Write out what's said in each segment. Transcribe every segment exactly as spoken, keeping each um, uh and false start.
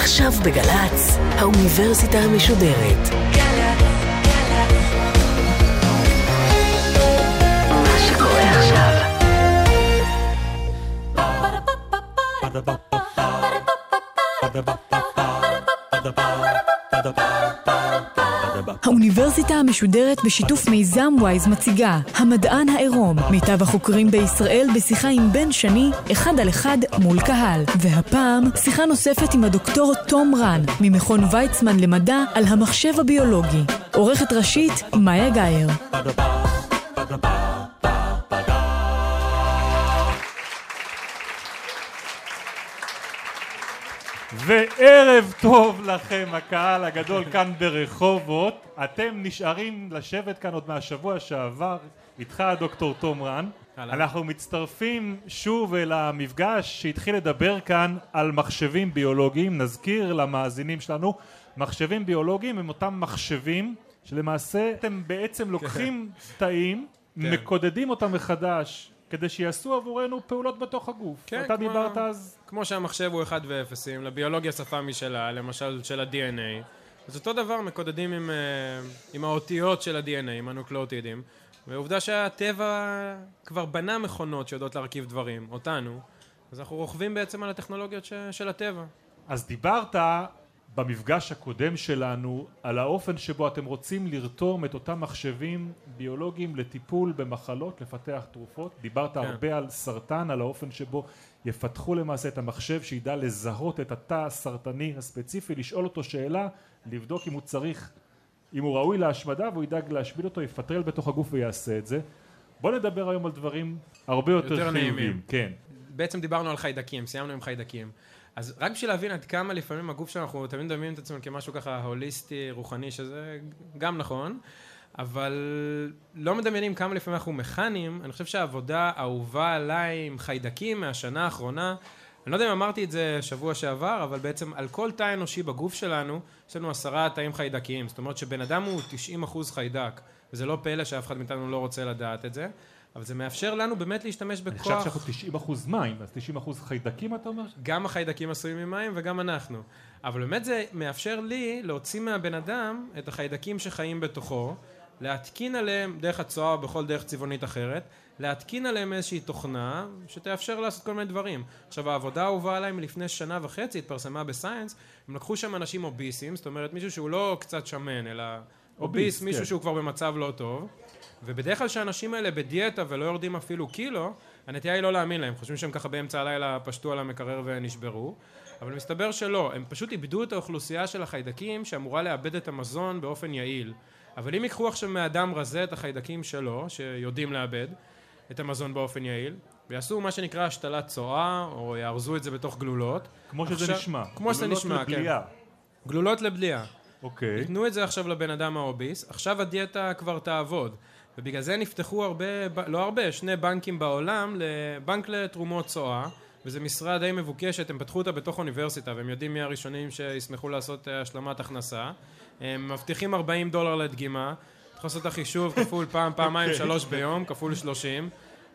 עכשיו בגלץ, האוניברסיטה המשודרת. מה שקורה עכשיו. האוניברסיטה המשודרת בשיתוף מיזם וויז מציגה המדען העירום, מיטב החוקרים בישראל בשיחה עם בן שני, אחד על אחד מול קהל. והפעם שיחה נוספת עם הדוקטור תום רן ממכון ויצמן למדע על המחשב הביולוגי. עורכת ראשית מאיה גייר. וערב טוב לכם, הקהל הגדול כאן ברחובות. אתם נשארים לשבת כאן עוד מהשבוע שעבר, איתך דוקטור תום רן. אנחנו מצטרפים שוב אל המפגש שהתחיל לדבר כאן על מחשבים ביולוגיים. נזכיר למאזינים שלנו, מחשבים ביולוגיים הם אותם מחשבים שלמעשה אתם בעצם לוקחים תאים, מקודדים אותם מחדש כדי שיעשו עבורנו פעולות בתוך הגוף. כן, אתה כמו, דיברת אז... כמו שהמחשב הוא אחד ואפסים, לביולוגיה שפה משלה, למשל של ה-די אן איי. אז אותו דבר מקודדים עם, עם האותיות של ה-די אן איי, עם הנוקלאוטידים. ועובדה שהטבע כבר בנה מכונות שיודעות להרכיב דברים, אותנו. אז אנחנו רוכבים בעצם על הטכנולוגיות ש, של הטבע. אז דיברת במפגש הקודם שלנו על האופן שבו אתם רוצים לרתום את אותם מחשבים ביולוגיים לטיפול במחלות, לפתח תרופות. דיברת כן. הרבה על סרטן, על האופן שבו יפתחו למעשה את המחשב שידע לזהות את התא הסרטני הספציפי, לשאול אותו שאלה, לבדוק אם הוא צריך, אם הוא ראוי להשמדה והוא ידאג להשמיד אותו, יפטרל בתוך הגוף ויעשה את זה. בוא נדבר היום על דברים הרבה יותר, יותר חיוביים. כן. בעצם דיברנו על חיידקים, סיימנו עם חיידקים. אז רק בשביל להבין עד כמה לפעמים הגוף שלנו, אנחנו תמיד מדמים את עצמנו כמשהו ככה הוליסטי, רוחני, שזה גם נכון, אבל לא מדמיינים כמה לפעמים אנחנו מכניים. אני חושב שהעבודה האהובה עליי עם חיידקים מהשנה האחרונה, אני לא יודע אם אמרתי את זה שבוע שעבר, אבל בעצם על כל תא אנושי בגוף שלנו, יש לנו עשרה תאים חיידקיים. זאת אומרת שבן אדם הוא תשעים אחוז חיידק, וזה לא פלא שאף אחד מאיתנו לא רוצה לדעת את זה. אבל זה מאפשר לנו באמת להשתמש בכוח... אני חושב שאנחנו תשעים אחוז מים, אז תשעים אחוז חיידקים אתה אומר? גם החיידקים עשויים ממים וגם אנחנו. אבל באמת זה מאפשר לי להוציא מהבן אדם את החיידקים שחיים בתוכו, להתקין עליהם דרך הצואה או בכל דרך צבעונית אחרת, להתקין עליהם איזושהי תוכנה שתאפשר לעשות כל מיני דברים. עכשיו העבודה הובאה עליהם לפני שנה וחצי, התפרסמה בסיינס, הם לקחו שם אנשים אוביסים, זאת אומרת מישהו שהוא לא קצת שמן, אלא אוביס, מישהו כן. שהוא כבר במצב לא טוב. ובדרך כלל שהאנשים האלה בדיאטה ולא יורדים אפילו קילו, הנטייה היא לא להאמין להם. חושבים שהם ככה באמצע הלילה פשטו על המקרר ונשברו. אבל מסתבר שלא. הם פשוט איבדו את האוכלוסייה של החיידקים שאמורה לאבד את המזון באופן יעיל. אבל אם יקחו עכשיו מאדם רזה את החיידקים שלו, שיודעים לאבד את המזון באופן יעיל, ויעשו מה שנקרא השתלת צואה, או יארזו את זה בתוך גלולות. כמו שזה עכשיו, נשמע. כמו שזה נשמע, לבלייה. כן. גלולות לבלייה. אוקיי. יתנו את זה עכשיו לבן אדם האוביס. עכשיו הדיאטה כבר תעבוד. ובגלל זה נפתחו הרבה, לא הרבה, שני בנקים בעולם, לבנק לתרומות צואה, וזה משרה די מבוקשת, הם פתחו אותה בתוך אוניברסיטה, והם יודעים מי הראשונים שישמחו לעשות השלמת הכנסה. הם מבטיחים ארבעים דולר לדגימה, צריך לעשות את החישוב כפול פעם, פעמיים, שלוש ביום, כפול שלושים,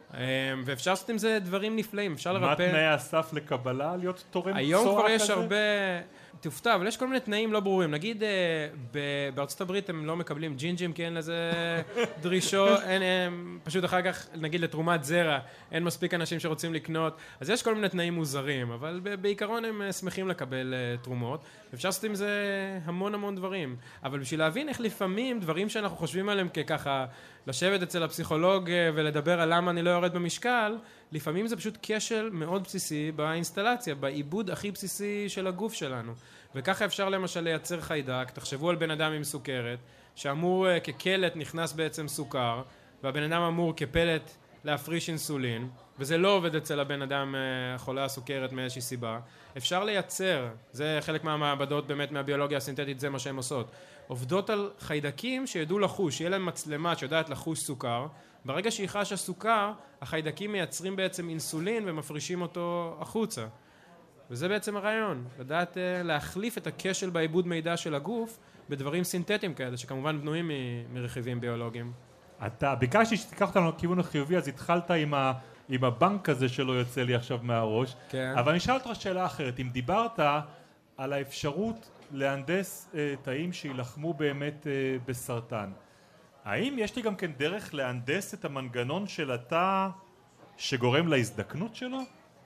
ואפשר לעשות עם זה דברים נפלאים, אפשר לרפא... מה תנאי הסף לקבלה, להיות תורם צואה כזה? היום כבר יש הרבה... תופתע, אבל יש כל מיני תנאים לא ברורים. נגיד, בארצות הברית הם לא מקבלים ג'ינג'ים, כי אין לזה דרישות, אין, פשוט אחר כך, נגיד, לתרומת זרע, אין מספיק אנשים שרוצים לקנות, אז יש כל מיני תנאים מוזרים, אבל בעיקרון הם שמחים לקבל תרומות, אפשר לעשות עם זה המון המון דברים. אבל בשביל להבין איך לפעמים דברים שאנחנו חושבים עליהם כככה, לשבת אצל הפסיכולוג ולדבר על למה אני לא יורד במשקל, לפעמים זה פשוט כשל מאוד בסיסי באינסטלציה, בעיבוד הכי בסיסי של הגוף שלנו. וככה אפשר למשל לייצר חיידק. תחשבו על בן אדם עם סוכרת, שאמור כקלט נכנס בעצם סוכר, והבן אדם אמור כפלט להפריש אינסולין, וזה לא עובד אצל הבן אדם חולה הסוכרת מאיזושהי סיבה. אפשר לייצר, זה חלק מהמעבדות באמת מהביולוגיה הסינתטית, זה מה שהן עושות. עובדות על חיידקים שידעו לחוש, שיהיה להם מצלמה שיודעת לחוש סוכר, ברגע שהיא חשה סוכר, החיידקים מייצרים בעצם אינסולין ומפרישים אותו החוצה. וזה בעצם הרעיון, לדעת להחליף את הכשל בעיבוד מידע של הגוף בדברים סינתטיים כאלה, שכמובן בנויים מרכיבים ביולוגיים. אתה ביקשתי שתיקח אותנו לכיוון החיובי, אז התחלת עם, ה, עם הבנק הזה שלא יוצא לי עכשיו מהראש, כן. אבל אני אשאל אותך שאלה אחרת, אם דיברת על האפשרות להנדס אה, תאים שילחמו באמת אה, בסרטן. האם יש לי גם כן דרך להנדס את המנגנון של התא שגורם להזדקנות שלו?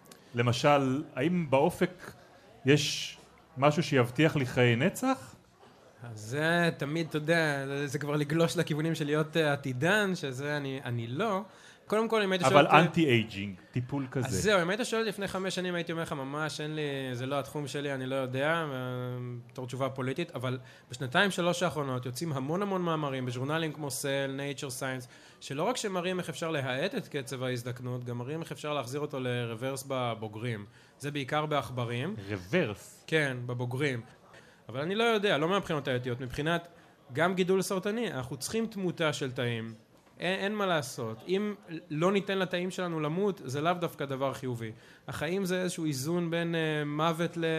למשל, האם באופק יש משהו שיבטיח לי חיי נצח? אז זה תמיד, אתה יודע, זה כבר לגלוש לכיוונים של להיות עתידן, שזה אני, אני לא. קודם כל, אם היית שואל... אבל אנטי-אייג'ינג, טיפול כזה. אז זהו, אם היית שואל לפני חמש שנים, הייתי אומר לך ממש, אין לי, זה לא התחום שלי, אני לא יודע, בתור תשובה פוליטית, אבל בשנתיים שלוש האחרונות יוצאים המון המון מאמרים בז'ורנלים כמו Cell, Nature Science, שלא רק שמראים איך אפשר להאט את קצב ההזדקנות, גם מראים איך אפשר להחזיר אותו לרוורס בבוגרים. זה בעיקר בעכברים. רוורס? כן, בבוגרים. אבל אני לא יודע, לא מהבחינות האתיות, מבחינת גם גידול סרטני, אנחנו צריכים תמותה של תאים. אין, אין מה לעשות. אם לא ניתן לתאים שלנו למות, זה לאו דווקא דבר חיובי. החיים זה איזשהו איזון בין uh, מוות ל...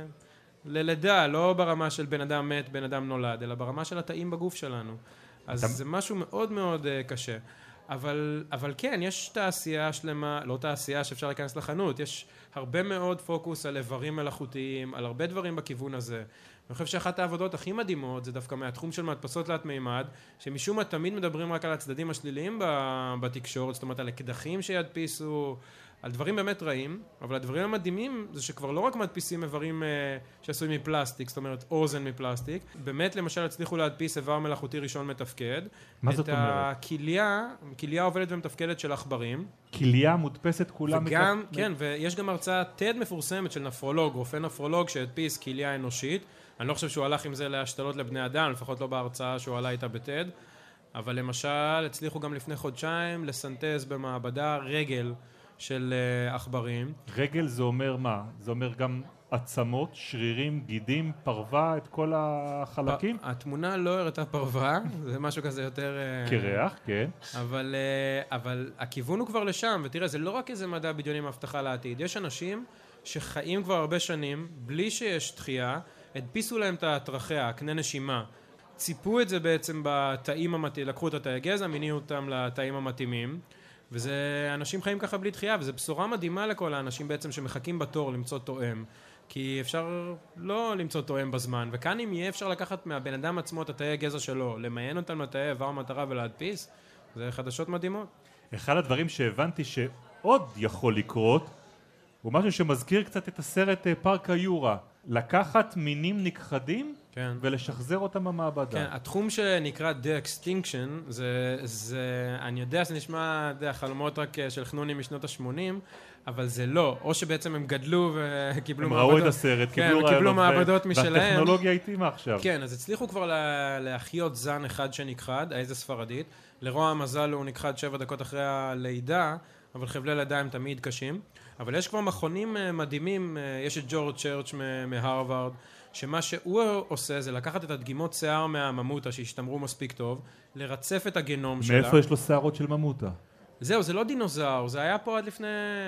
ללידה, לא ברמה של בן אדם מת, בן אדם נולד, אלא ברמה של התאים בגוף שלנו. אז אתה... זה משהו מאוד מאוד uh, קשה. אבל, אבל כן, יש תעשייה שלמה, לא תעשייה שאפשר להיכנס לחנות, יש הרבה מאוד פוקוס על איברים מלאכותיים, על הרבה דברים בכיוון הזה. אני חושב שאחת העבודות הכי מדהימות זה דווקא מהתחום של מדפסות תלת מימד, שמשום מה תמיד מדברים רק על הצדדים השליליים בתקשורת, זאת אומרת על אקדחים שידפיסו, על דברים באמת רעים, אבל הדברים המדהימים זה שכבר לא רק מדפיסים איברים שעשויים מפלסטיק, זאת אומרת אוזן מפלסטיק, באמת למשל הצליחו להדפיס איבר מלאכותי ראשון מתפקד. מה זאת אומרת? את הכליה, כליה עובדת ומתפקדת של עכברים. כליה מודפסת כולה וגם, מתפ... כן, ויש גם הרצאה תד מפורסמת של נפרולוג, רופא נפרולוג שהדפיס כליה אנושית. אני לא חושב שהוא הלך עם זה להשתלות לבני אדם, לפחות לא בהרצאה שהוא עלה איתה בתד, אבל למשל הצליחו גם לפני חודשיים לסנטז במעבדה רגל של עכברים. רגל זה אומר מה? זה אומר גם עצמות, שרירים, גידים, פרווה, את כל החלקים? התמונה לא הראתה פרווה, זה משהו כזה יותר... קרח, כן. אבל, אבל הכיוון הוא כבר לשם, ותראה, זה לא רק איזה מדע בדיוני עם הבטחה לעתיד, יש אנשים שחיים כבר הרבה שנים, בלי שיש דחייה, הדפיסו להם את הטרחיה, הקנה נשימה, ציפו את זה בעצם בתאים המתאימים, לקחו את התאי גזע, מיניו אותם לתאים המתאימים, וזה, אנשים חיים ככה בלי דחייה, וזו בשורה מדהימה לכל האנשים בעצם שמחכים בתור למצוא תואם, כי אפשר לא למצוא תואם בזמן, וכאן אם יהיה אפשר לקחת מהבן אדם עצמו את התאי גזע שלו, למיין אותם לתאי איבר מטרה ולהדפיס, זה חדשות מדהימות. אחד הדברים שהבנתי שעוד יכול לקרות, הוא משהו שמזכיר קצת את הסרט פארק היורה, לקחת מינים נכחדים כן. ולשחזר אותם במעבדה. כן, התחום שנקרא de-extinction, זה, זה, אני יודע, זה נשמע די, חלומות רק של חנונים משנות ה-שמונים, אבל זה לא, או שבעצם הם גדלו וקיבלו הם מעבדות. ראו את הסרט, כן, קיבלו קיבלו מעבדות משלהם. והטכנולוגיה איתימה עכשיו. כן, אז הצליחו כבר לה, להחיות זן אחד שנכחד, האיזה ספרדית, לרוע המזל הוא נכחד שבע דקות אחרי הלידה, אבל חבלי לידה הם תמיד קשים. אבל יש כבר מכונים מדהימים, יש את ג'ורג' צ'רץ' מהרווארד, שמה שהוא עושה זה לקחת את הדגימות שיער מהממותה שהשתמרו מספיק טוב, לרצף את הגנום שלה. מאיפה יש לו שערות של ממותה? זהו, זה לא דינוזאור, זה היה פה עד לפני,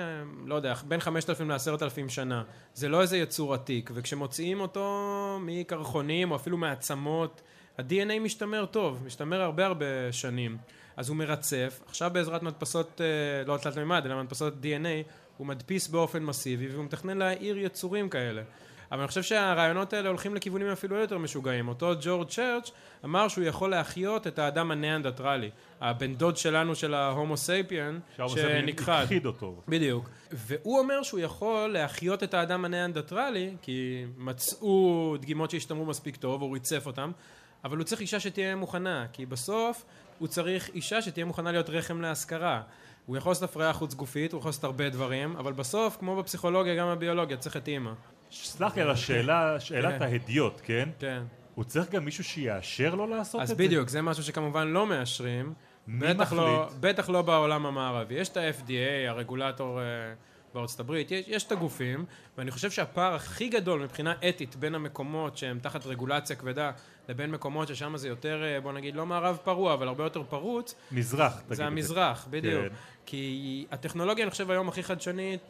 לא יודע, בין חמשת אלפים לעשרת אלפים שנה. זה לא איזה יצור עתיק, וכשמוציאים אותו מקרחונים או אפילו מעצמות, ה-די אן איי משתמר טוב, משתמר הרבה הרבה שנים. אז הוא מרצף, עכשיו בעזרת מדפסות, לא תלת מימד, אלא מדפסות די אן איי, הוא מדפיס באופן מסיבי, והוא מתכנן להעיר יצורים כאלה. אבל אני חושב שהרעיונות האלה הולכים לכיוונים אפילו יותר משוגעים. אותו ג'ורג' צ'רץ' אמר שהוא יכול להחיות את האדם הניאנדרטלי, הבן דוד שלנו של ההומו סייפיאן, שנכחד. הכחיד אותו. בדיוק. והוא אומר שהוא יכול להחיות את האדם הניאנדרטלי, כי מצאו דגימות שהשתמרו מספיק טוב, הוא ריצף אותם, אבל הוא צריך אישה שתהיה מוכנה, כי בסוף הוא צריך אישה שתהיה מוכנה להיות רחם להשכרה. הוא יכול לעשות הפריה חוץ גופית, הוא יכול לעשות הרבה דברים, אבל בסוף, כמו בפסיכולוגיה, גם בביולוגיה, צריך את אימא. סלח לי על השאלה, שאלת ההדיוט, כן? כן. הוא צריך גם מישהו שיאשר לו לעשות את זה? אז בדיוק, זה משהו שכמובן לא מאשרים. מי בטח מחליט? לא, בטח לא בעולם המערבי. יש את ה-אף די איי, הרגולטור בארצות הברית, יש, יש את הגופים, ואני חושב שהפער הכי גדול מבחינה אתית בין המקומות שהם תחת רגולציה כבדה, לבין מקומות ששם זה יותר, בוא נגיד, לא מערב פרוע, אבל הרבה יותר פרוץ. מזרח, תגיד את זה. זה המזרח, בדיוק. כן. כן. כי הטכנולוגיה, אני חושב, היום הכי חדשנית,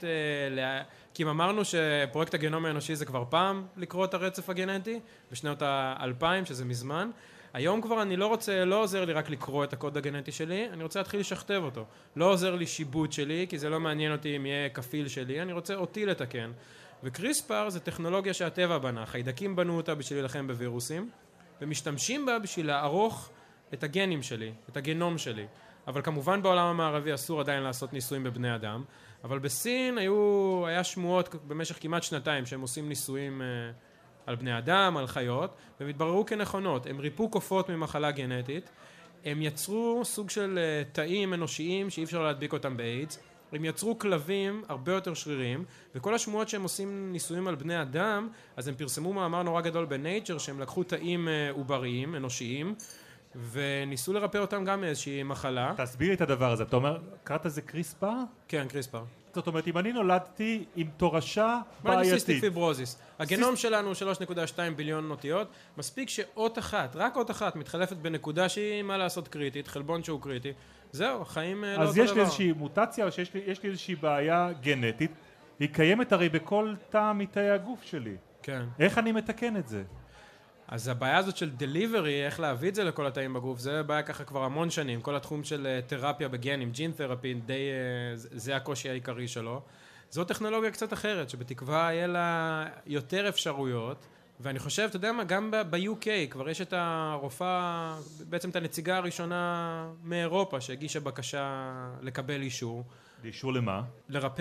כי אם אמרנו שפרויקט הגנום האנושי זה כבר פעם לקרוא את הרצף הגנטי, בשנות האלפיים, שזה מזמן, היום כבר אני לא רוצה, לא עוזר לי רק לקרוא את הקוד הגנטי שלי, אני רוצה להתחיל לשכתב אותו. לא עוזר לי שיבוט שלי, כי זה לא מעניין אותי אם יהיה כפיל שלי, אני רוצה אותי לתקן. וקריספר זה טכנולוגיה שהטבע בנה, חיידקים בנו אותה בשביל להילחם בווירוסים, ומשתמשים בה בשביל לערוך את הגנים שלי, את הגנום שלי. אבל כמובן בעולם המערבי אסור עדיין לעשות ניסויים בבני אדם, אבל בסין היו, היה שמועות במשך כמעט שנתיים שהם עושים ניסויים אה, על בני אדם, על חיות, והם התבררו כנכונות. הם ריפו קופות ממחלה גנטית, הם יצרו סוג של אה, תאים אנושיים שאי אפשר להדביק אותם באיידס, הם יצרו כלבים הרבה יותר שרירים, וכל השמועות שהם עושים ניסויים על בני אדם, אז הם פרסמו מאמר נורא גדול בנייצ'ר, שהם לקחו תאים אה, עובריים, אנושיים, וניסו לרפא אותם גם מאיזושהי מחלה. תסביר את הדבר הזה, אתה אומר, קראת זה קריספר? כן, קריספר. זאת אומרת, אם אני נולדתי עם תורשה בעייתית. סיסטיק פיברוזיס. הגנום שלנו הוא שלוש נקודה שתיים ביליון אותיות, מספיק שאות אחת, רק אות אחת, מתחלפת בנקודה שהיא מה לעשות קריטית, חלבון שהוא קריטי. זהו, החיים לא אותו דבר. אז יש לי איזושהי מוטציה, או שיש לי, יש לי איזושהי בעיה גנטית, היא קיימת הרי בכל תא מתאי הגוף שלי. כן. איך אני מתקן את זה? אז הבעיה הזאת של דליברי, איך להביא את זה לכל התאים בגוף, זה בעיה ככה כבר המון שנים. כל התחום של תרפיה בגנים, ג'ין תרפי, די, זה הקושי העיקרי שלו. זו טכנולוגיה קצת אחרת, שבתקווה יהיה לה יותר אפשרויות, ואני חושב, אתה יודע מה, גם ב-יו קיי כבר יש את הרופאה, בעצם את הנציגה הראשונה מאירופה, שהגישה בקשה לקבל אישור. אישור למה? לרפא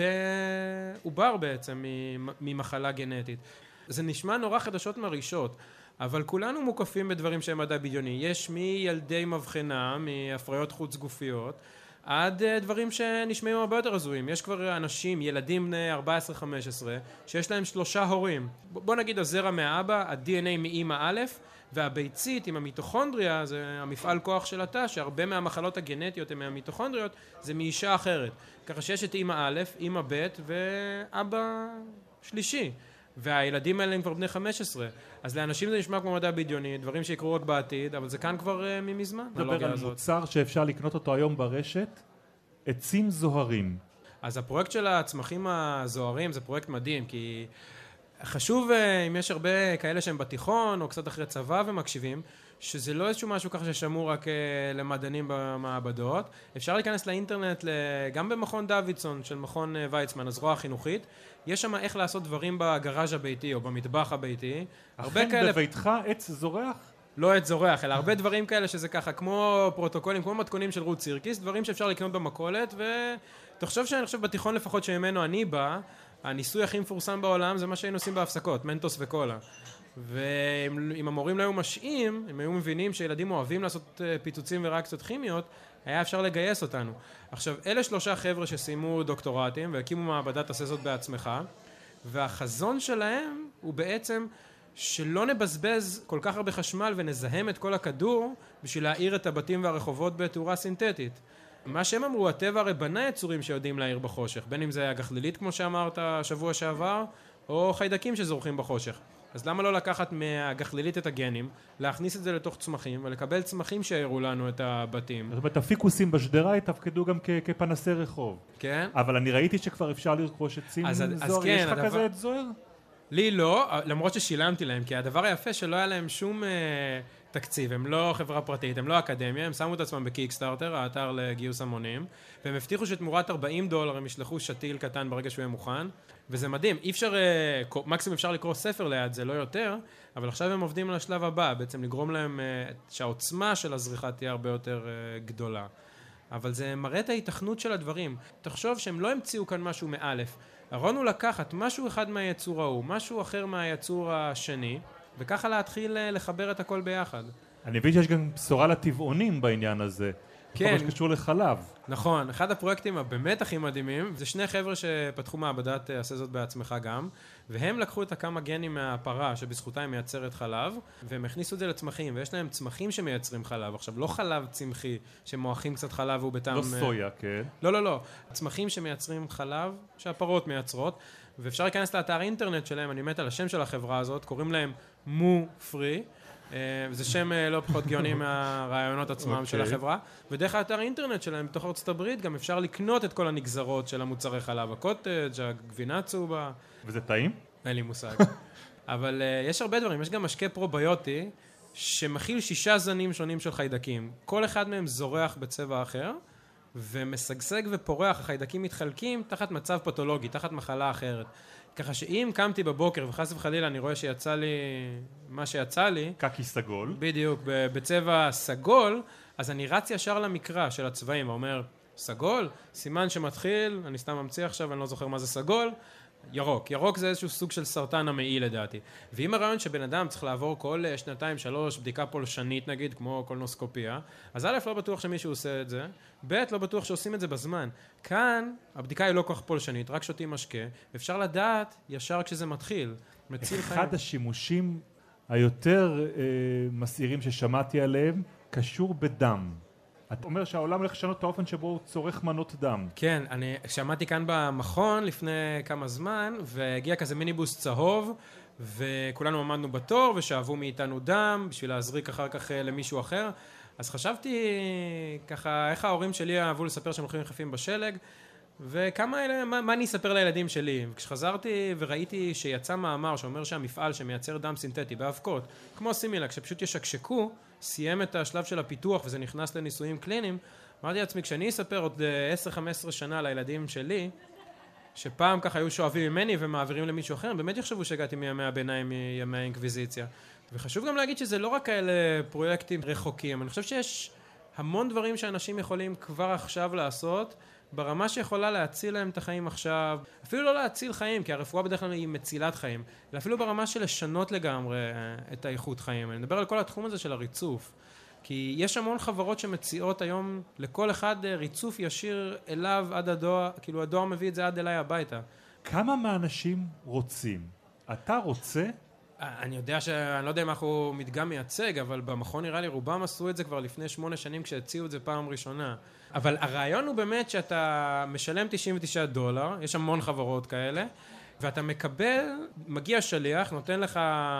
עובר בעצם ממחלה גנטית. זה נשמע נורא חדשות מרעישות, אבל כולנו מוקפים בדברים שהם מדע בדיוני. יש מילדי מבחנה, מהפריות חוץ גופיות, עד דברים שנשמעים הרבה יותר הזויים. יש כבר אנשים, ילדים בני ארבע עשרה חמש עשרה, שיש להם שלושה הורים. בוא נגיד הזרע מהאבא, ה-די אן איי מאמא א', והביצית עם המיטוכונדריה, זה המפעל כוח של התא, שהרבה מהמחלות הגנטיות הן מהמיטוכונדריות, זה מאישה אחרת. ככה שיש את אמא א', אמא ב' ואבא שלישי. והילדים האלה הם כבר בני חמש עשרה. אז לאנשים זה נשמע כמו מדע בדיוני, דברים שיקרו רק בעתיד, אבל זה כאן כבר uh, ממזמן. נדבר על מוצר שאפשר לקנות אותו היום ברשת, עצים זוהרים. אז הפרויקט של הצמחים הזוהרים זה פרויקט מדהים, כי חשוב, uh, אם יש הרבה כאלה שהם בתיכון, או קצת אחרי צבא ומקשיבים, שזה לא איזשהו משהו ככה ששמור רק uh, למדענים במעבדות. אפשר להיכנס לאינטרנט, גם במכון דוידסון של מכון uh, ויצמן, הזרוע החינוכית, יש שם איך לעשות דברים בגראז' הביתי או במטבח הביתי. אכן כאלה... בביתך עץ זורח? לא עץ זורח, אלא הרבה דברים כאלה שזה ככה, כמו פרוטוקולים, כמו מתכונים של רות סירקיס, דברים שאפשר לקנות במכולת, ותחשוב שאני חושב בתיכון לפחות שממנו אני בא, הניסוי הכי מפורסם בעולם זה מה שהיינו עושים בהפסקות, מנטוס וקולה. ואם המורים לא היו משאים, הם היו מבינים שילדים אוהבים לעשות פיצוצים וריאקציות כימיות, היה אפשר לגייס אותנו. עכשיו, אלה שלושה חבר'ה שסיימו דוקטורטים והקימו מעבדה תעשה זאת בעצמך, והחזון שלהם הוא בעצם שלא נבזבז כל כך הרבה חשמל ונזהם את כל הכדור בשביל להאיר את הבתים והרחובות בתאורה סינתטית. מה שהם אמרו, הטבע הרי בנה יצורים שיודעים להאיר בחושך, בין אם זה היה גחלילית כמו שאמרת שבוע שעבר, או חיידקים שזורחים בחושך. אז למה לא לקחת מהגחלילית את הגנים, להכניס את זה לתוך צמחים, ולקבל צמחים שיראו לנו את הבתים? זאת אומרת, הפיקוסים בשדרה יתפקדו גם כפנסי רחוב. כן. אבל אני ראיתי שכבר אפשר לרכוש עצים זוהר. כן, יש לך הדבר... כזה את זוהר? לי לא, למרות ששילמתי להם, כי הדבר היפה שלא היה להם שום uh, תקציב, הם לא חברה פרטית, הם לא אקדמיה, הם שמו את עצמם בקיקסטארטר, האתר לגיוס המונים, והם הבטיחו שתמורת ארבעים דולר הם ישלחו שתיל קטן ברגע שהוא יהיה מוכן, וזה מדהים, אי אפשר, uh, מקסימום אפשר לקרוא ספר ליד, זה לא יותר, אבל עכשיו הם עובדים על השלב הבא, בעצם לגרום להם uh, שהעוצמה של הזריחה תהיה הרבה יותר uh, גדולה. אבל זה מראה את ההיתכנות של הדברים. תחשוב שהם לא המציאו כאן משהו מאלף. הרעיון הוא לקחת משהו אחד מהיצור ההוא, משהו אחר מהיצור השני, וככה להתחיל לחבר את הכל ביחד. אני מבין שיש גם בשורה לטבעונים בעניין הזה. כן. כל מה שקשור לחלב. נכון, אחד הפרויקטים הבאמת הכי מדהימים, זה שני חבר'ה שפתחו מעבדת עשה זאת בעצמך גם, והם לקחו את הכמה גנים מהפרה שבזכותה היא מייצרת חלב, והם הכניסו את זה לצמחים, ויש להם צמחים שמייצרים חלב. עכשיו, לא חלב צמחי שמואחים קצת חלב והוא בטעם... לא סויה, כן. לא, לא, לא. צמחים שמייצרים חלב שהפרות מייצרות, ואפשר להיכנס לאתר אינטרנט שלהם, אני מת על השם של החברה הזאת, קוראים להם מו פרי, זה שם לא פחות גאוני מהרעיונות עצמם של החברה, ודרך האתר האינטרנט שלהם בתוך ארצות הברית גם אפשר לקנות את כל הנגזרות של המוצרי חלב, הקוטג', הגבינה צהובה. וזה טעים? אין לי מושג. אבל יש הרבה דברים, יש גם משקה פרוביוטי שמכיל שישה זנים שונים של חיידקים. כל אחד מהם זורח בצבע אחר, ומשגשג ופורח, החיידקים מתחלקים תחת מצב פתולוגי, תחת מחלה אחרת. ככה שאם קמתי בבוקר וחס וחלילה אני רואה שיצא לי מה שיצא לי, קקי סגול. בדיוק, בצבע סגול, אז אני רץ ישר למקרא של הצבעים, ואומר, סגול, סימן שמתחיל, אני סתם ממציא עכשיו, אני לא זוכר מה זה סגול, ירוק. ירוק זה איזשהו סוג של סרטן המעי לדעתי. ואם הרעיון שבן אדם צריך לעבור כל שנתיים, שלוש, בדיקה פולשנית נגיד, כמו קולנוסקופיה, אז א' לא בטוח שמישהו עושה את זה, ב' לא בטוח שעושים את זה בזמן. כאן, הבדיקה היא לא כל כך פולשנית, רק שותים משקה, אפשר לדעת ישר כשזה מתחיל. מציל חיים. אחד השימושים היותר אה, מסעירים ששמעתי עליהם, קשור בדם. אתה אומר שהעולם הולך לשנות את האופן שבו הוא צורך מנות דם. כן, אני שמעתי כאן במכון לפני כמה זמן, והגיע כזה מיניבוס צהוב, וכולנו עמדנו בתור, ושאבו מאיתנו דם, בשביל להזריק אחר כך למישהו אחר. אז חשבתי ככה, איך ההורים שלי אהבו לספר שהם הולכים יחפים בשלג, וכמה אלה, מה, מה אני אספר לילדים שלי? וכשחזרתי וראיתי שיצא מאמר שאומר שהמפעל שמייצר דם סינתטי באבקות, כמו סימילק, שפשוט ישקשקו, סיים את השלב של הפיתוח וזה נכנס לניסויים קליניים, אמרתי לעצמי, כשאני אספר עוד עשר חמש עשרה שנה לילדים שלי, שפעם ככה היו שואבים ממני ומעבירים למישהו אחר, באמת יחשבו שהגעתי מימי הביניים, מימי האינקוויזיציה. וחשוב גם להגיד שזה לא רק כאלה פרויקטים רחוקים, אני חושב שיש המון דברים שאנשים יכולים כבר עכשיו לעשות, ברמה שיכולה להציל להם את החיים עכשיו, אפילו לא להציל חיים, כי הרפואה בדרך כלל היא מצילת חיים, אלא אפילו ברמה של לשנות לגמרי את האיכות חיים. אני מדבר על כל התחום הזה של הריצוף, כי יש המון חברות שמציעות היום לכל אחד ריצוף ישיר אליו עד הדואר, כאילו הדואר מביא את זה עד אליי הביתה. כמה מהאנשים רוצים? אתה רוצה? אני יודע שאני לא יודע אם אנחנו מדגם מייצג, אבל במכון נראה לי רובם עשו את זה כבר לפני שמונה שנים כשהציעו את זה פעם ראשונה. אבל הרעיון הוא באמת שאתה משלם תשעים ותשעה דולר, יש המון חברות כאלה, ואתה מקבל, מגיע שליח, נותן לך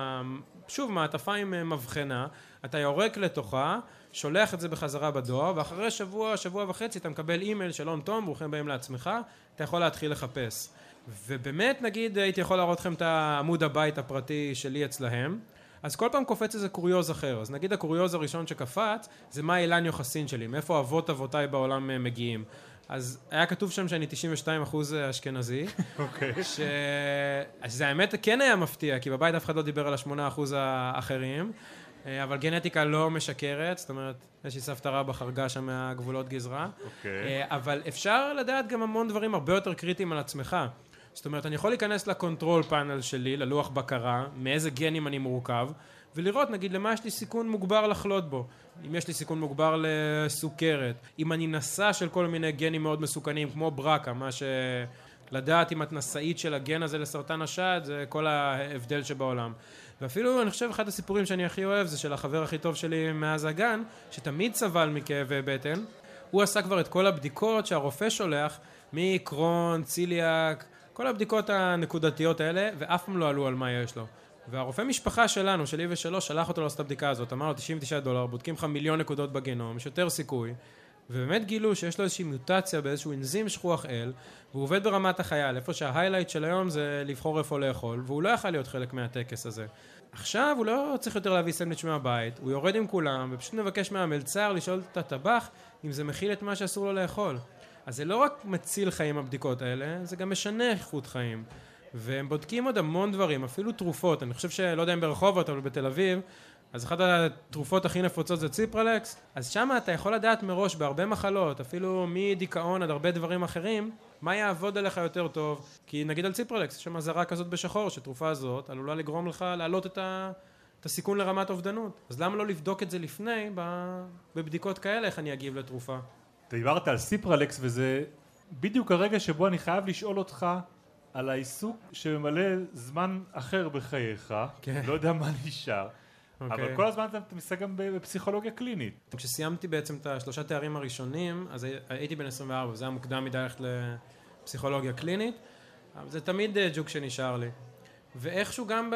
שוב מעטפה עם מבחנה, אתה יורק לתוכה, שולח את זה בחזרה בדואר, ואחרי שבוע, שבוע וחצי אתה מקבל אימייל שלום תום, ברוכים באים לעצמך, אתה יכול להתחיל לחפש. ובאמת נגיד הייתי יכול להראות לכם את העמוד הבית הפרטי שלי אצלהם, אז כל פעם קופץ איזה קוריוז אחר. אז נגיד הקוריוז הראשון שקפץ זה מה אילן יוחסין שלי, מאיפה אבות אבותיי בעולם מגיעים. אז היה כתוב שם שאני תשעים ושתיים אחוז אשכנזי. אוקיי. ש... אז זה האמת כן היה מפתיע, כי בבית אף אחד לא דיבר על השמונה אחוז האחרים, אבל גנטיקה לא משקרת, זאת אומרת, יש לי סבתא רבא חרגה שם מהגבולות גזרה. אוקיי. אבל אפשר לדעת גם המון דברים הרבה יותר קריטיים על עצמך. זאת אומרת, אני יכול להיכנס לקונטרול פאנל שלי, ללוח בקרה, מאיזה גנים אני מורכב, ולראות, נגיד, למה יש לי סיכון מוגבר לחלות בו. אם יש לי סיכון מוגבר לסוכרת, אם אני נשא של כל מיני גנים מאוד מסוכנים, כמו ברקה, מה שלדעת אם את נשאית של הגן הזה לסרטן השד, זה כל ההבדל שבעולם. ואפילו, אני חושב, אחד הסיפורים שאני הכי אוהב, זה של החבר הכי טוב שלי מאז הגן, שתמיד סבל מכאבי בטן. הוא עשה כבר את כל הבדיקות שהרופא שולח, מקרון, ציליאק, כל הבדיקות הנקודתיות האלה, ואף פעם לא עלו על מה יש לו. והרופא משפחה שלנו, שלי ושלו, שלח אותו לעשות את הבדיקה הזאת, אמר לו תשעים ותשעה דולר, בודקים לך מיליון נקודות בגנום, יש יותר סיכוי, ובאמת גילו שיש לו איזושהי מיוטציה באיזשהו אנזים שכוח אל, והוא עובד ברמת החייל, איפה שההיילייט של היום זה לבחור איפה לאכול, והוא לא יכל להיות חלק מהטקס הזה. עכשיו הוא לא צריך יותר להביא סנדוויץ' מהבית, הוא יורד עם כולם, ופשוט מבקש מהמלצר לשאול את הטבח אם זה מכיל את מה שאסור לו לאכול. אז זה לא רק מציל חיים הבדיקות האלה, זה גם משנה איכות חיים. והם בודקים עוד המון דברים, אפילו תרופות. אני חושב שלא יודע אם ברחובות, אבל בתל אביב, אז אחת התרופות הכי נפוצות זה ציפרלקס, אז שם אתה יכול לדעת מראש בהרבה מחלות, אפילו מדיכאון עד הרבה דברים אחרים, מה יעבוד עליך יותר טוב. כי נגיד על ציפרלקס, יש שם זרה כזאת בשחור, שתרופה הזאת עלולה לגרום לך להעלות את, ה... את הסיכון לרמת אובדנות. אז למה לא לבדוק את זה לפני, בבדיקות כאלה, איך אני אגיב לתרופה? דיברת על סיפרלקס, וזה בדיוק הרגע שבו אני חייב לשאול אותך על העיסוק שממלא זמן אחר בחייך, כן. לא יודע מה נשאר, okay. אבל כל הזמן אתה מסתכל גם בפסיכולוגיה קלינית. כשסיימתי בעצם את השלושה תארים הראשונים, אז הייתי בן עשרים וארבע, זה היה מוקדם מדי ללכת לפסיכולוגיה קלינית, אבל זה תמיד ג'וק שנשאר לי. ואיכשהו גם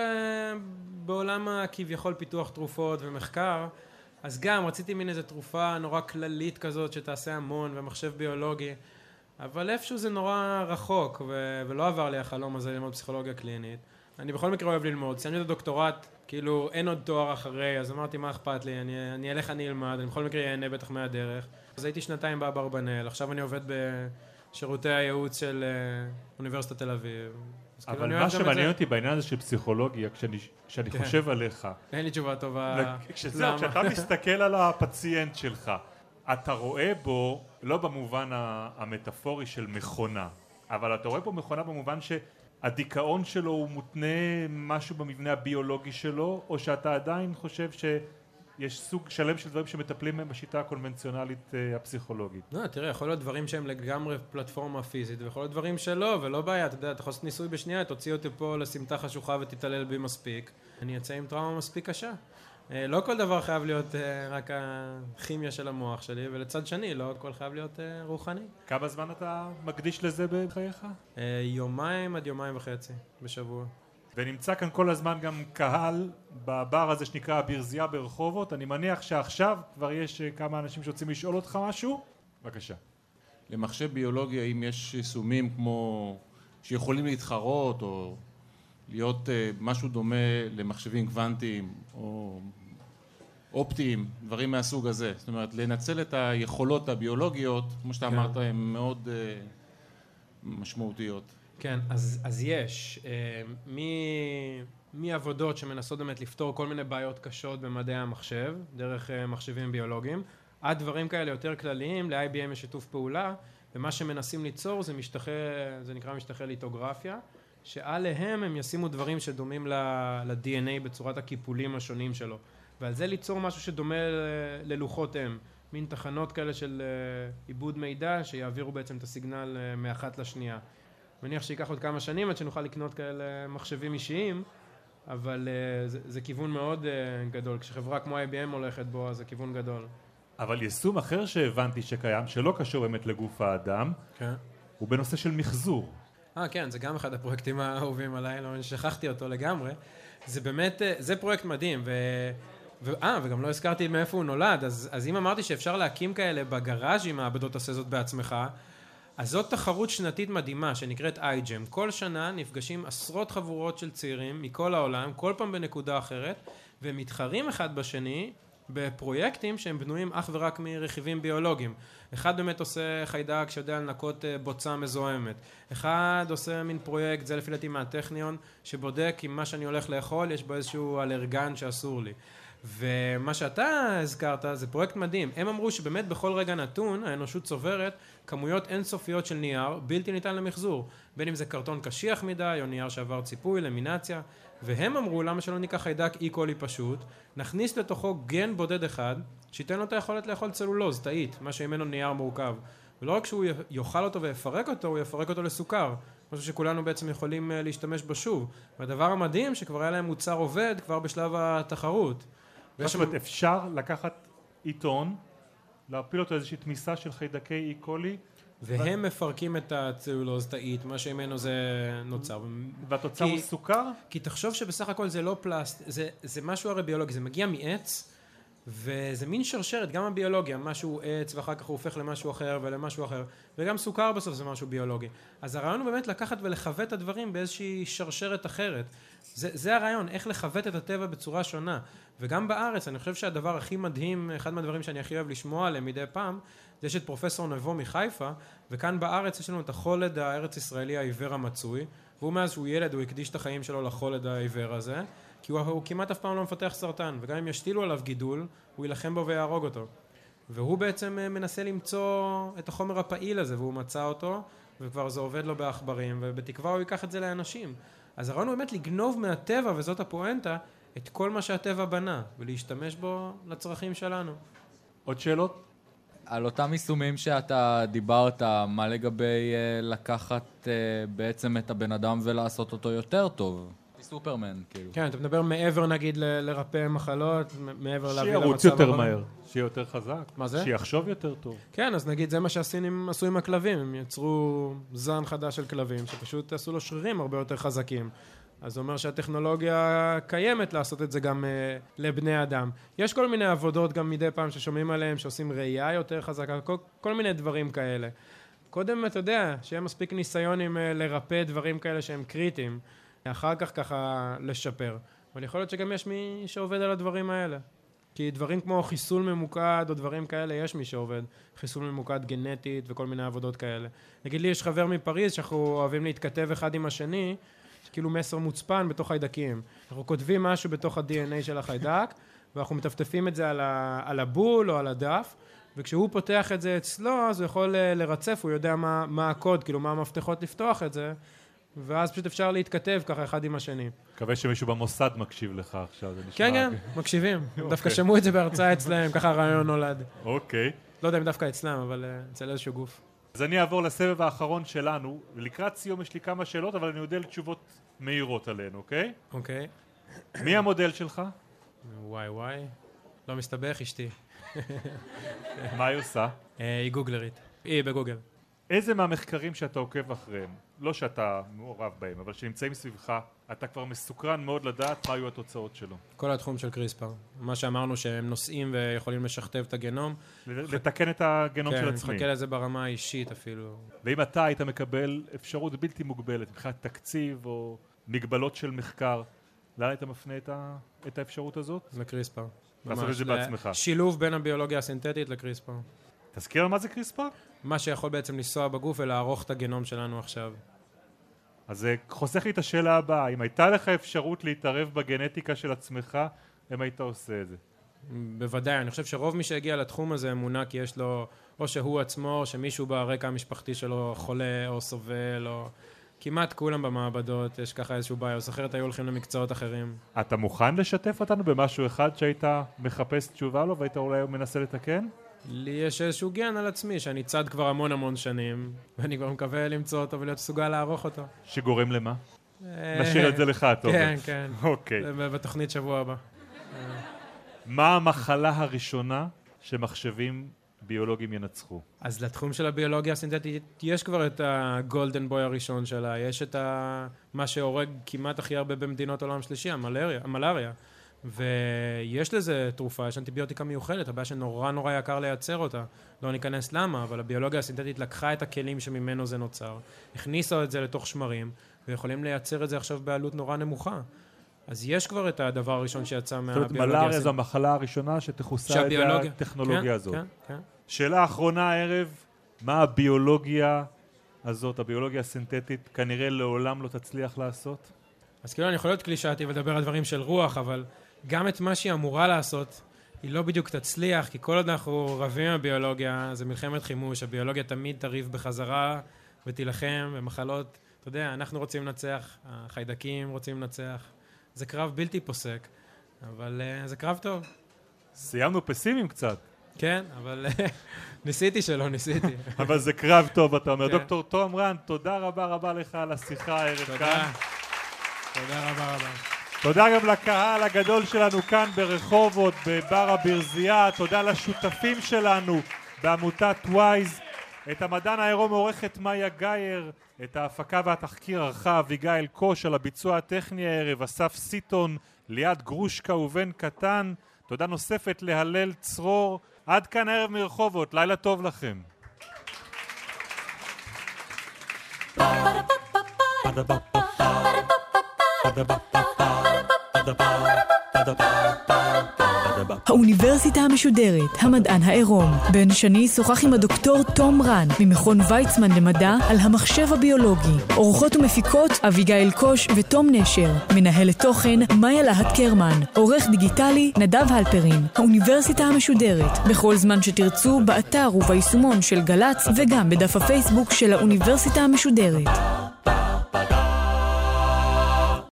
בעולם הכביכול פיתוח תרופות ומחקר, אז גם רציתי מין איזו תרופה נורא כללית כזאת שתעשה המון ומחשב ביולוגי, אבל איפשהו זה נורא רחוק ו- ולא עבר לי החלום הזה ללמוד פסיכולוגיה קלינית. אני בכל מקרה אוהב ללמוד, סיימתי את הדוקטורט, כאילו אין עוד תואר אחרי, אז אמרתי מה אכפת לי, אני, אני אלך אני אלמד, אני בכל מקרה אענה בטח מהדרך. אז הייתי שנתיים באברבנאל, עכשיו אני עובד בשירותי הייעוץ של אוניברסיטת תל אביב. אבל מה שמעניין אותי בעניין הזה של פסיכולוגיה, כשאני חושב עליך... אין לי תשובה טובה. כשאתה מסתכל על הפציינט שלך, אתה רואה בו, לא במובן המטאפורי של מכונה, אבל אתה רואה בו מכונה במובן שהדיכאון שלו הוא מותנה משהו במבנה הביולוגי שלו, או שאתה עדיין חושב שיש סוג שלם של דברים שמטפלים מהם בשיטה הקונבנציונלית הפסיכולוגית? לא, תראה, יכול להיות דברים שהם לגמרי פלטפורמה פיזית, ויכול להיות דברים שלא, ולא בעיה, אתה יודע, אתה יכול לעשות ניסוי בשנייה, תוציא אותי פה לסמטה חשוכה ותתעלל בי מספיק, אני אצא עם טראומה מספיק קשה. לא כל דבר חייב להיות רק הכימיה של המוח שלי, ולצד שני, לא הכל חייב להיות רוחני. כמה זמן אתה מקדיש לזה בחייך? יומיים עד יומיים וחצי בשבוע. ונמצא כאן כל הזמן גם קהל בבר הזה שנקרא הברזייה ברחובות. אני מניח שעכשיו כבר יש כמה אנשים שרוצים לשאול אותך משהו. בבקשה. למחשב ביולוגיה, אם יש יישומים כמו שיכולים להתחרות או להיות משהו דומה למחשבים קוונטיים או אופטיים, דברים מהסוג הזה. זאת אומרת, לנצל את היכולות הביולוגיות, כמו שאתה אמרת, הן מאוד משמעותיות. כן, אז, אז יש. מעבודות שמנסות באמת לפתור כל מיני בעיות קשות במדעי המחשב, דרך מחשבים ביולוגיים, עד דברים כאלה יותר כלליים, ל-איי בי אם יש שיתוף פעולה, ומה שמנסים ליצור זה משטחי, זה נקרא משטחי ליטוגרפיה, שעליהם הם ישימו דברים שדומים ל-די אן איי בצורת הקיפולים השונים שלו. ועל זה ליצור משהו שדומה ללוחות אם, מין תחנות כאלה של עיבוד מידע שיעבירו בעצם את הסיגנל מאחת לשנייה. מניח שיקח עוד כמה שנים עד שנוכל לקנות כאלה מחשבים אישיים, אבל זה, זה כיוון מאוד גדול. כשחברה כמו איי בי אם הולכת בו, אז זה כיוון גדול. אבל יישום אחר שהבנתי שקיים, שלא קשור באמת לגוף האדם, כן. הוא בנושא של מחזור. אה, כן, זה גם אחד הפרויקטים האהובים עליי, לא שכחתי אותו לגמרי. זה באמת, זה פרויקט מדהים, ו... אה, וגם לא הזכרתי מאיפה הוא נולד, אז, אז אם אמרתי שאפשר להקים כאלה בגראז' עם מעבדות עשה זאת בעצמך, אז זאת תחרות שנתית מדהימה שנקראת איי-ג'ם. כל שנה נפגשים עשרות חבורות של צעירים מכל העולם, כל פעם בנקודה אחרת, ומתחרים אחד בשני בפרויקטים שהם בנויים אך ורק מרכיבים ביולוגיים. אחד באמת עושה חיידק שיודע לנקות בוצה מזוהמת. אחד עושה מין פרויקט, זה לפי דעתי מהטכניון, שבודק אם מה שאני הולך לאכול יש בו איזשהו אלרגן שאסור לי. ומה שאתה הזכרת זה פרויקט מדהים. הם אמרו שבאמת בכל רגע נתון האנושות צוברת כמויות אינסופיות של נייר בלתי ניתן למחזור. בין אם זה קרטון קשיח מדי או נייר שעבר ציפוי, למינציה. והם אמרו למה שלא ניקח חיידק אי קולי פשוט, נכניס לתוכו גן בודד אחד שייתן לו את היכולת לאכול צלולוז, תאית, מה שממנו נייר מורכב. ולא רק שהוא יאכל אותו ויפרק אותו, הוא יפרק אותו לסוכר. משהו שכולנו בעצם יכולים להשתמש בו שוב. והדבר המדהים שכבר היה להם מוצר עובד כבר בשלב התחרות. זאת אומרת, אפשר לקחת עיתון, להפיל אותו איזושהי תמיסה של חיידקי אי קולי, והם מפרקים את הצלולוז תאית, מה שממנו זה נוצר. והתוצר הוא סוכר? כי תחשוב שבסך הכל זה לא פלסט, זה, זה משהו הרי ביולוגי, זה מגיע מעץ, וזה מין שרשרת, גם הביולוגיה, משהו עץ, ואחר כך הוא הופך למשהו אחר ולמשהו אחר, וגם סוכר בסוף זה משהו ביולוגי. אז הרעיון הוא באמת לקחת ולחוות את הדברים באיזושהי שרשרת אחרת. זה, זה הרעיון, איך לחוות את הטבע בצורה שונה. וגם בארץ, אני חושב שהדבר הכי מדהים, אחד מהדברים שאני הכי אוהב לשמוע עליהם מדי פעם, זה יש את פרופסור נבו מחיפה, וכאן בארץ יש לנו את החולד הארץ ישראלי העיוור המצוי, והוא מאז שהוא ילד, הוא הקדיש את החיים שלו לחולד העיוור הזה, כי הוא, הוא כמעט אף פעם לא מפתח סרטן, וגם אם ישתילו עליו גידול, הוא ילחם בו ויהרוג אותו. והוא בעצם מנסה למצוא את החומר הפעיל הזה, והוא מצא אותו, וכבר זה עובד לו בעכברים, ובתקווה הוא ייקח את זה לאנשים. אז הרעיון הוא באמת לגנוב מהטבע, וזאת הפואנטה, את כל מה שהטבע בנה, ולהשתמש בו לצרכים שלנו. עוד שאלות? על אותם יישומים שאתה דיברת, מה לגבי לקחת בעצם את הבן אדם ולעשות אותו יותר טוב? סופרמן, כאילו. כן, אתה מדבר מעבר נגיד ל- לרפא מחלות, מעבר להביא למצב... שירוץ יותר מהר, שיהיה יותר חזק. מה זה? שיחשוב יותר טוב. כן, אז נגיד זה מה שהסינים עשו עם הכלבים, הם יצרו זן חדש של כלבים, שפשוט עשו לו שרירים הרבה יותר חזקים. אז זה אומר שהטכנולוגיה קיימת לעשות את זה גם uh, לבני אדם. יש כל מיני עבודות גם מדי פעם ששומעים עליהם, שעושים ראייה יותר חזקה, כל, כל מיני דברים כאלה. קודם אתה יודע, שיהיה מספיק ניסיונים uh, לרפא דברים כאלה שהם קריטיים, אחר כך ככה לשפר. אבל יכול להיות שגם יש מי שעובד על הדברים האלה. כי דברים כמו חיסול ממוקד או דברים כאלה, יש מי שעובד. חיסול ממוקד גנטית וכל מיני עבודות כאלה. נגיד לי, יש חבר מפריז שאנחנו אוהבים להתכתב אחד עם השני, כאילו מסר מוצפן בתוך חיידקים. אנחנו כותבים משהו בתוך ה-די אן איי של החיידק, ואנחנו מטפטפים את זה על, ה- על הבול או על הדף, וכשהוא פותח את זה אצלו, אז הוא יכול לרצף, הוא יודע מה, מה הקוד, כאילו מה המפתחות לפתוח את זה, ואז פשוט אפשר להתכתב ככה אחד עם השני. מקווה שמישהו במוסד מקשיב לך עכשיו, זה נשמע... כן, כן, מקשיבים. דווקא שמעו את זה בהרצאה אצלם, ככה הרעיון נולד. אוקיי. לא יודע אם דווקא אצלם, אבל אצל איזשהו גוף. אז אני אעבור לסבב האחרון שלנו, ולקראת סיום יש לי כמה שאלות, אבל אני יודע לתשובות מהירות עליהן, אוקיי? אוקיי. מי המודל שלך? וואי וואי. לא מסתבך, אשתי. מה היא עושה? היא גוגלרית. היא בגוגל. איזה מהמחקרים שאתה עוקב אחריהם, לא שאתה מעורב בהם, אבל שנמצאים סביבך, אתה כבר מסוקרן מאוד לדעת מה היו התוצאות שלו? כל התחום של קריספר. מה שאמרנו שהם נוסעים ויכולים לשכתב את הגנום. לתקן את הגנום של עצמי. כן, מחכה לזה ברמה האישית אפילו. ואם אתה היית מקבל אפשרות בלתי מוגבלת, מבחינת תקציב או מגבלות של מחקר, לאן היית מפנה את, ה... את האפשרות הזאת? לקריספר. לעשות את זה בעצמך. שילוב בין הביולוגיה הסינתטית לקריספר. תזכיר מה זה קריספר? מה שיכול בעצם לנסוע בגוף ולערוך את הגנום שלנו עכשיו. אז זה חוסך לי את השאלה הבאה, אם הייתה לך אפשרות להתערב בגנטיקה של עצמך, אם היית עושה את זה? בוודאי, אני חושב שרוב מי שהגיע לתחום הזה מונה כי יש לו, או שהוא עצמו, או שמישהו ברקע המשפחתי שלו חולה או סובל, או כמעט כולם במעבדות, יש ככה איזשהו ביוס, אחרת היו הולכים למקצועות אחרים. אתה מוכן לשתף אותנו במשהו אחד שהיית מחפש תשובה לו והיית אולי מנסה לתקן? לי יש איזשהו גן על עצמי שאני צד כבר המון המון שנים, ואני כבר מקווה למצוא אותו ולהיות מסוגל לערוך אותו. שגורם למה? נשאיר את זה לך, טוב. כן, כן. אוקיי. בתוכנית שבוע הבא. מה המחלה הראשונה שמחשבים ביולוגים ינצחו? אז לתחום של הביולוגיה הסינתטית יש כבר את הגולדן בוי הראשון שלה, יש את מה שהורג כמעט הכי הרבה במדינות עולם שלישי, המלריה, המלריה. ויש לזה תרופה, יש אנטיביוטיקה מיוחדת, הבעיה שנורא נורא יקר לייצר אותה. לא ניכנס למה, אבל הביולוגיה הסינתטית לקחה את הכלים שממנו זה נוצר, הכניסה את זה לתוך שמרים, ויכולים לייצר את זה עכשיו בעלות נורא נמוכה. אז יש כבר את הדבר הראשון שיצא מהביולוגיה הסינתטית. מלריה זו המחלה הראשונה שתחוסה את הטכנולוגיה הזאת. כן, כן. שאלה אחרונה הערב, מה הביולוגיה הזאת, הביולוגיה הסינתטית, כנראה לעולם לא תצליח לעשות? אז כאילו אני יכול להיות קלישאתי ולדבר על דברים של רוח, אבל גם את מה שהיא אמורה לעשות, היא לא בדיוק תצליח, כי כל עוד אנחנו רבים עם הביולוגיה, זה מלחמת חימוש, הביולוגיה תמיד תריב בחזרה ותילחם, ומחלות, אתה יודע, אנחנו רוצים לנצח, החיידקים רוצים לנצח, זה קרב בלתי פוסק, אבל uh, זה קרב טוב. סיימנו פסימיים קצת. כן, אבל ניסיתי שלא, ניסיתי. אבל זה קרב טוב, אתה אומר. דוקטור תום רן, תודה רבה רבה לך על השיחה הערב כאן. תודה. תודה רבה רבה. תודה גם לקהל הגדול שלנו כאן ברחובות, בבר הברזייה. תודה לשותפים שלנו בעמותת וויז. את המדען העירום עורכת מאיה גייר, את ההפקה והתחקיר ערכה אביגיל קוש, על הביצוע הטכני הערב אסף סיטון, ליד גרושקה ובן קטן. תודה נוספת להלל צרור. עד כאן הערב מרחובות, לילה טוב לכם. האוניברסיטה המשודרת, המדען העירום. בן שני שוחח עם הדוקטור תום רן ממכון ויצמן למדע על המחשב הביולוגי. אורחות ומפיקות אביגיל קוש ותום נשר. מנהלת תוכן מאיה להט קרמן. עורך דיגיטלי נדב הלפרין. האוניברסיטה המשודרת, בכל זמן שתרצו, באתר וביישומון של גלץ וגם בדף הפייסבוק של האוניברסיטה המשודרת.